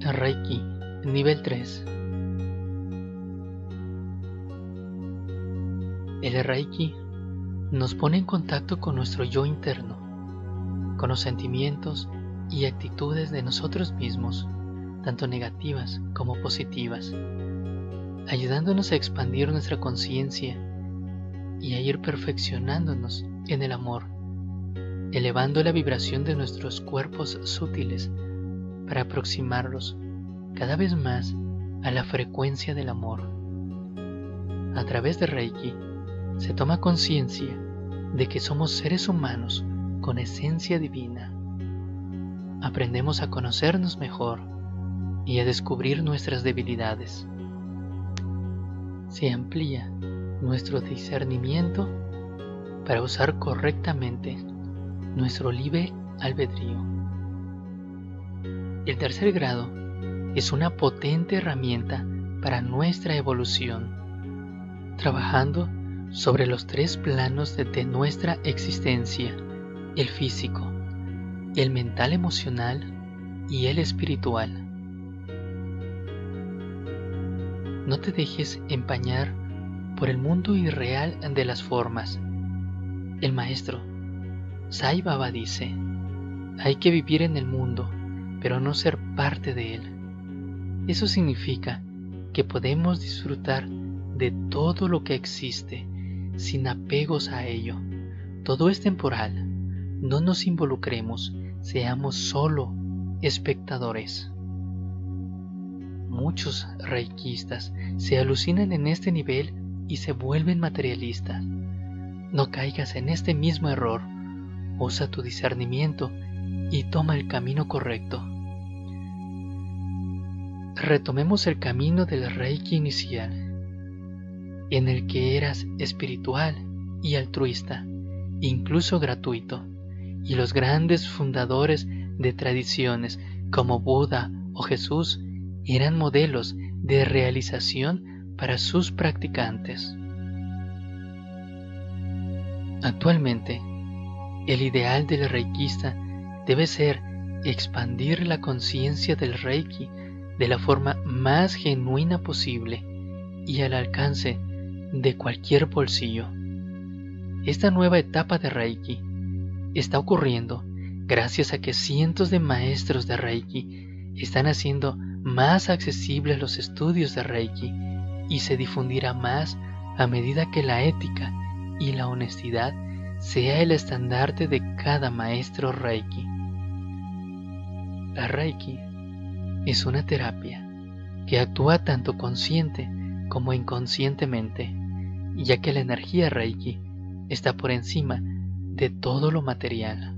Reiki, nivel 3. El Reiki nos pone en contacto con nuestro yo interno, con los sentimientos y actitudes de nosotros mismos, tanto negativas como positivas, ayudándonos a expandir nuestra conciencia y a ir perfeccionándonos en el amor, elevando la vibración de nuestros cuerpos sutiles para aproximarlos cada vez más a la frecuencia del amor. A través de Reiki se toma conciencia de que somos seres humanos con esencia divina. Aprendemos a conocernos mejor y a descubrir nuestras debilidades. Se amplía nuestro discernimiento para usar correctamente nuestro libre albedrío. El tercer grado es una potente herramienta para nuestra evolución, trabajando sobre los 3 planos de nuestra existencia: el físico, el mental emocional y el espiritual. No te dejes empañar por el mundo irreal de las formas. El maestro Sai Baba dice: hay que vivir en el mundo, pero no ser parte de él. Eso significa que podemos disfrutar de todo lo que existe sin apegos a ello. Todo es temporal. No nos involucremos, seamos solo espectadores. Muchos reikistas se alucinan en este nivel y se vuelven materialistas. No caigas en este mismo error. Usa tu discernimiento y toma el camino correcto. Retomemos el camino del Reiki inicial, en el que eras espiritual y altruista, incluso gratuito, y los grandes fundadores de tradiciones como Buda o Jesús eran modelos de realización para sus practicantes. Actualmente, el ideal del reikista debe ser expandir la conciencia del Reiki de la forma más genuina posible y al alcance de cualquier bolsillo. Esta nueva etapa de Reiki está ocurriendo gracias a que cientos de maestros de Reiki están haciendo más accesibles los estudios de Reiki y se difundirá más a medida que la ética y la honestidad sea el estandarte de cada maestro Reiki. La Reiki es una terapia que actúa tanto consciente como inconscientemente, ya que la energía Reiki está por encima de todo lo material.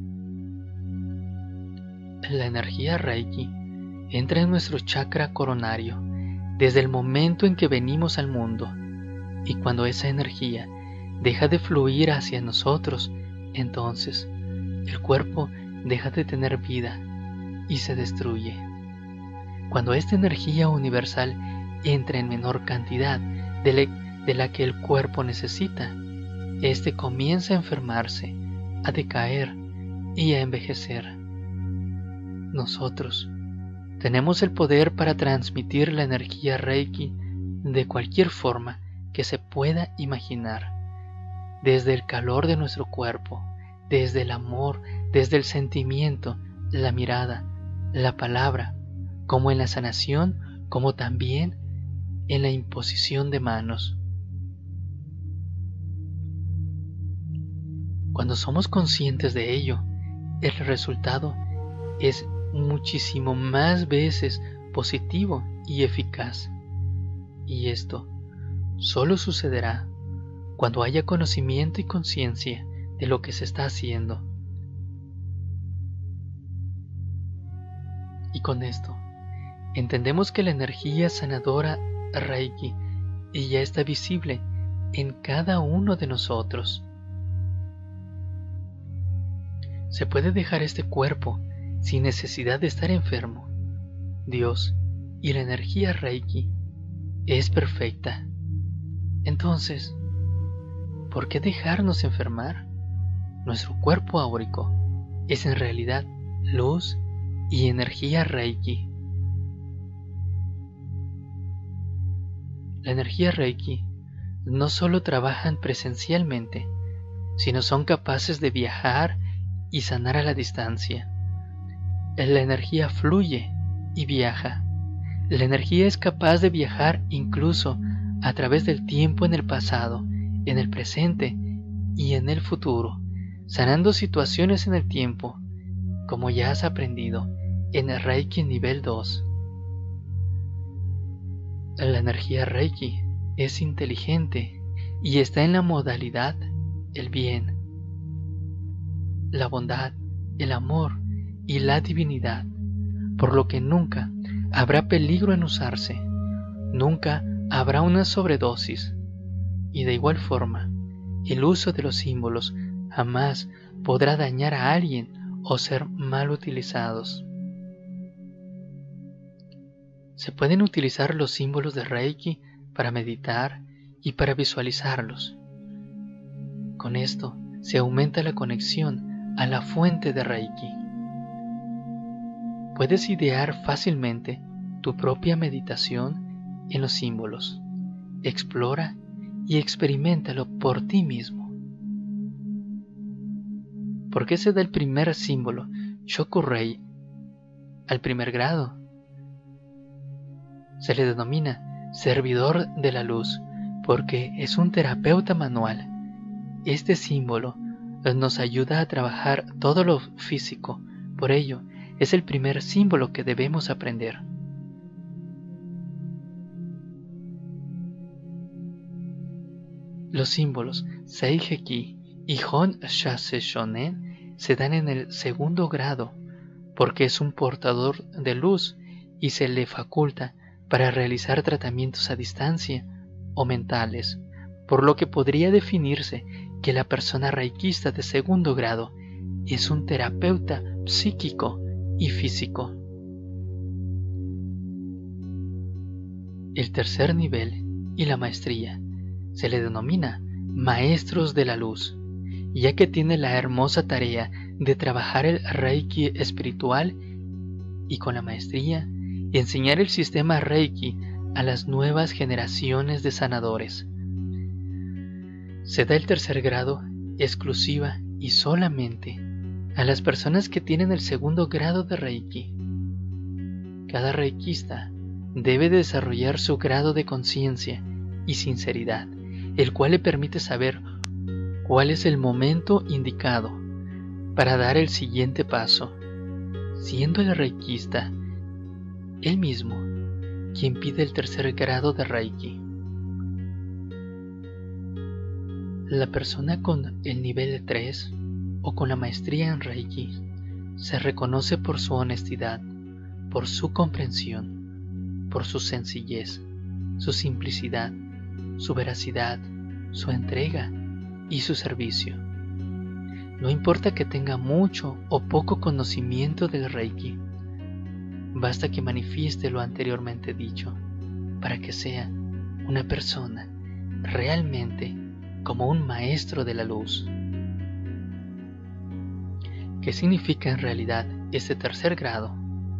La energía Reiki entra en nuestro chakra coronario desde el momento en que venimos al mundo, y cuando esa energía deja de fluir hacia nosotros, entonces el cuerpo deja de tener vida y se destruye. Cuando esta energía universal entra en menor cantidad de la que el cuerpo necesita, este comienza a enfermarse, a decaer y a envejecer. Nosotros tenemos el poder para transmitir la energía Reiki de cualquier forma que se pueda imaginar, desde el calor de nuestro cuerpo, desde el amor, desde el sentimiento, la mirada, la palabra, como en la sanación, como también en la imposición de manos. Cuando somos conscientes de ello, el resultado es muchísimo más veces positivo y eficaz. Y esto solo sucederá cuando haya conocimiento y conciencia de lo que se está haciendo. Y con esto, entendemos que la energía sanadora Reiki ya está visible en cada uno de nosotros. Se puede dejar este cuerpo sin necesidad de estar enfermo. Dios y la energía Reiki es perfecta. Entonces, ¿por qué dejarnos enfermar? Nuestro cuerpo áurico es en realidad luz y energía Reiki. La energía Reiki no solo trabajan presencialmente, sino son capaces de viajar y sanar a la distancia. La energía fluye y viaja. La energía es capaz de viajar incluso a través del tiempo en el pasado, en el presente y en el futuro, sanando situaciones en el tiempo, como ya has aprendido en el Reiki nivel 2. La energía Reiki es inteligente y está en la modalidad el bien, la bondad, el amor y la divinidad, por lo que nunca habrá peligro en usarse, nunca habrá una sobredosis, y de igual forma, el uso de los símbolos jamás podrá dañar a alguien o ser mal utilizados. Se pueden utilizar los símbolos de Reiki para meditar y para visualizarlos. Con esto se aumenta la conexión a la fuente de Reiki. Puedes idear fácilmente tu propia meditación en los símbolos. Explora y experiméntalo por ti mismo. ¿Por qué se da el primer símbolo, Shoku-rei, al primer grado? Se le denomina servidor de la luz porque es un terapeuta manual. Este símbolo nos ayuda a trabajar todo lo físico, por ello es el primer símbolo que debemos aprender. Los símbolos Seiheki y Hon Shase Shonen se dan en el segundo grado porque es un portador de luz y se le faculta para realizar tratamientos a distancia o mentales, por lo que podría definirse que la persona reikista de segundo grado es un terapeuta psíquico y físico. El tercer nivel y la maestría se le denomina maestros de la luz, ya que tiene la hermosa tarea de trabajar el Reiki espiritual y con la maestría enseñar el sistema Reiki a las nuevas generaciones de sanadores. Se da el tercer grado exclusiva y solamente a las personas que tienen el segundo grado de Reiki. Cada reikista debe desarrollar su grado de conciencia y sinceridad, el cual le permite saber cuál es el momento indicado para dar el siguiente paso, siendo el reikista él mismo quien pide el tercer grado de Reiki. La persona con el nivel 3 o con la maestría en Reiki se reconoce por su honestidad, por su comprensión, por su sencillez, su simplicidad, su veracidad, su entrega y su servicio. No importa que tenga mucho o poco conocimiento del Reiki, basta que manifieste lo anteriormente dicho para que sea una persona realmente como un maestro de la luz. ¿Qué significa en realidad este tercer grado?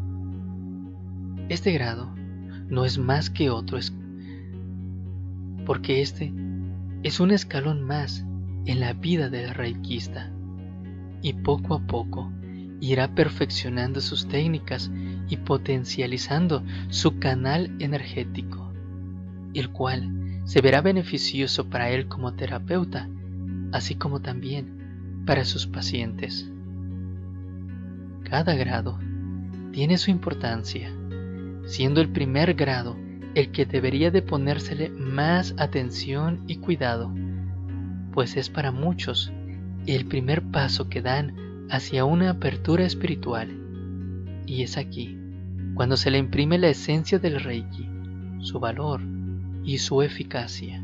Este grado no es más que otro, porque este es un escalón más en la vida del reikista y poco a poco irá perfeccionando sus técnicas y potencializando su canal energético, el cual se verá beneficioso para él como terapeuta, así como también para sus pacientes. Cada grado tiene su importancia, siendo el primer grado el que debería de ponérsele más atención y cuidado, pues es para muchos el primer paso que dan hacia una apertura espiritual, y es aquí cuando se le imprime la esencia del Reiki, su valor y su eficacia.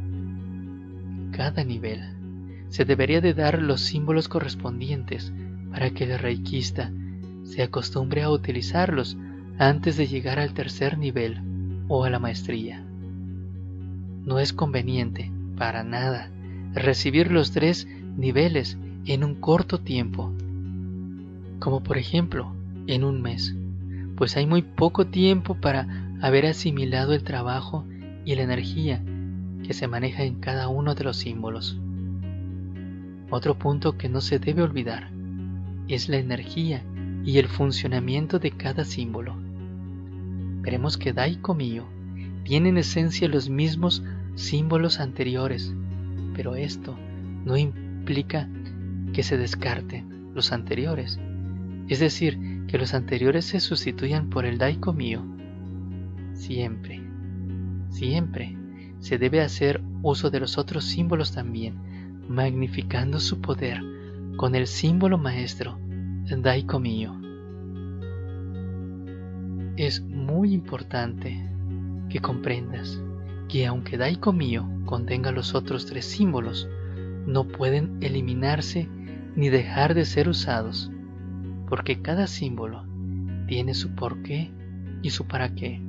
Cada nivel se debería de dar los símbolos correspondientes para que el reikista se acostumbre a utilizarlos antes de llegar al tercer nivel o a la maestría. No es conveniente, para nada, recibir los 3 niveles en un corto tiempo, como por ejemplo en un mes, pues hay muy poco tiempo para haber asimilado el trabajo y la energía que se maneja en cada uno de los símbolos. Otro punto que no se debe olvidar es la energía y el funcionamiento de cada símbolo. Veremos que Dai-Komyo tiene en esencia los mismos símbolos anteriores, pero esto no implica que se descarten los anteriores, es decir, que los anteriores se sustituyan por el Dai-Komyo. Siempre se debe hacer uso de los otros símbolos también, magnificando su poder con el símbolo maestro Dai-Komyo. Es muy importante que comprendas que aunque Dai-Komyo contenga los otros 3 símbolos, no pueden eliminarse ni dejar de ser usados, porque cada símbolo tiene su porqué y su para qué.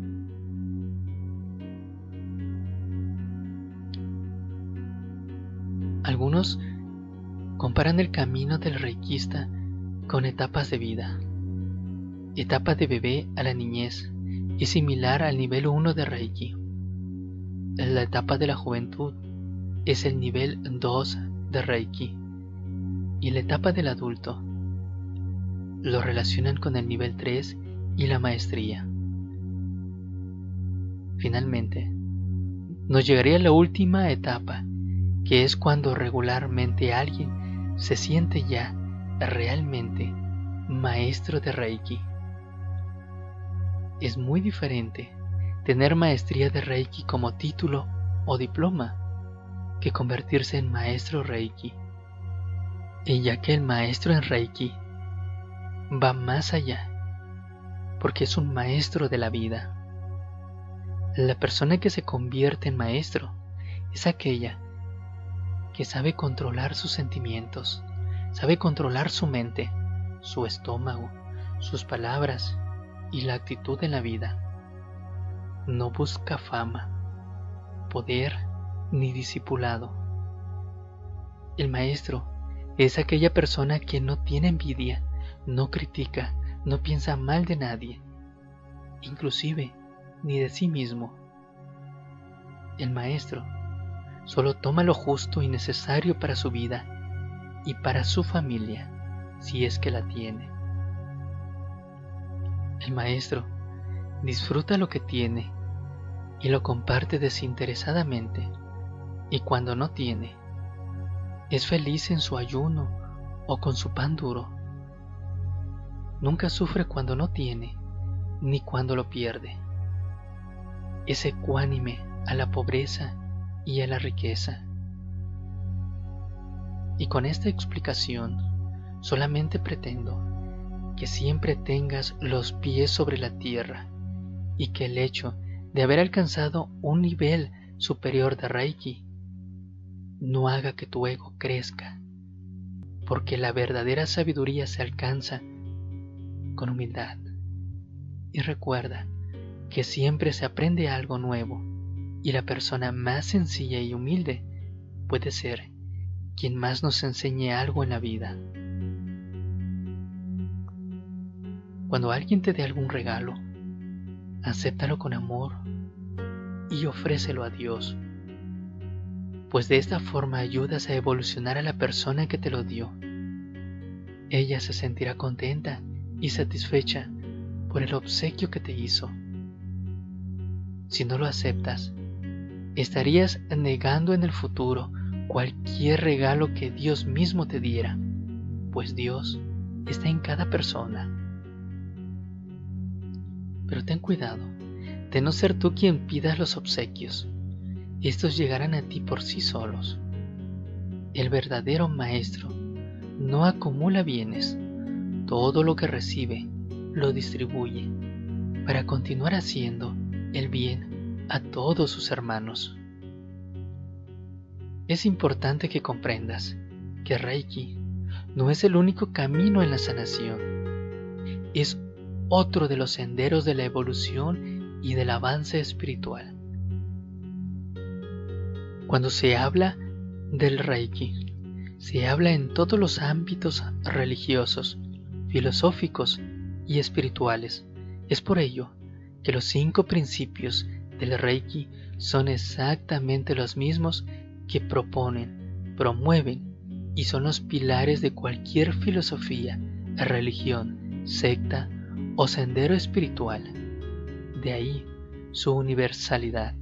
Algunos comparan el camino del reikista con etapas de vida. Etapa de bebé a la niñez es similar al nivel 1 de Reiki. La etapa de la juventud es el nivel 2 de Reiki. Y la etapa del adulto lo relacionan con el nivel 3 y la maestría. Finalmente, nos llegaría la última etapa, que es cuando regularmente alguien se siente ya realmente maestro de Reiki. Es muy diferente tener maestría de Reiki como título o diploma que convertirse en maestro Reiki. Y ya que el maestro en Reiki va más allá, porque es un maestro de la vida. La persona que se convierte en maestro es aquella que sabe controlar sus sentimientos, sabe controlar su mente, su estómago, sus palabras y la actitud en la vida. No busca fama, poder ni discipulado. El maestro es aquella persona que no tiene envidia, no critica, no piensa mal de nadie, inclusive ni de sí mismo. El maestro solo toma lo justo y necesario para su vida y para su familia, si es que la tiene. El maestro disfruta lo que tiene y lo comparte desinteresadamente, y cuando no tiene, es feliz en su ayuno o con su pan duro. Nunca sufre cuando no tiene, ni cuando lo pierde. Es ecuánime a la pobreza y a la riqueza. Y con esta explicación solamente pretendo que siempre tengas los pies sobre la tierra y que el hecho de haber alcanzado un nivel superior de Reiki no haga que tu ego crezca, porque la verdadera sabiduría se alcanza con humildad. Y recuerda que siempre se aprende algo nuevo, y la persona más sencilla y humilde puede ser quien más nos enseñe algo en la vida. Cuando alguien te dé algún regalo, acéptalo con amor y ofrécelo a Dios, pues de esta forma ayudas a evolucionar a la persona que te lo dio. Ella se sentirá contenta y satisfecha por el obsequio que te hizo. Si no lo aceptas, estarías negando en el futuro cualquier regalo que Dios mismo te diera, pues Dios está en cada persona. Pero ten cuidado de no ser tú quien pidas los obsequios. Estos llegarán a ti por sí solos. El verdadero maestro no acumula bienes. Todo lo que recibe lo distribuye para continuar haciendo el bien a todos sus hermanos. Es importante que comprendas que Reiki no es el único camino en la sanación. Es otro de los senderos de la evolución y del avance espiritual. Cuando se habla del Reiki, se habla en todos los ámbitos religiosos, filosóficos y espirituales. Es por ello que los 5 principios del Reiki son exactamente los mismos que proponen, promueven y son los pilares de cualquier filosofía, religión, secta o sendero espiritual. De ahí su universalidad.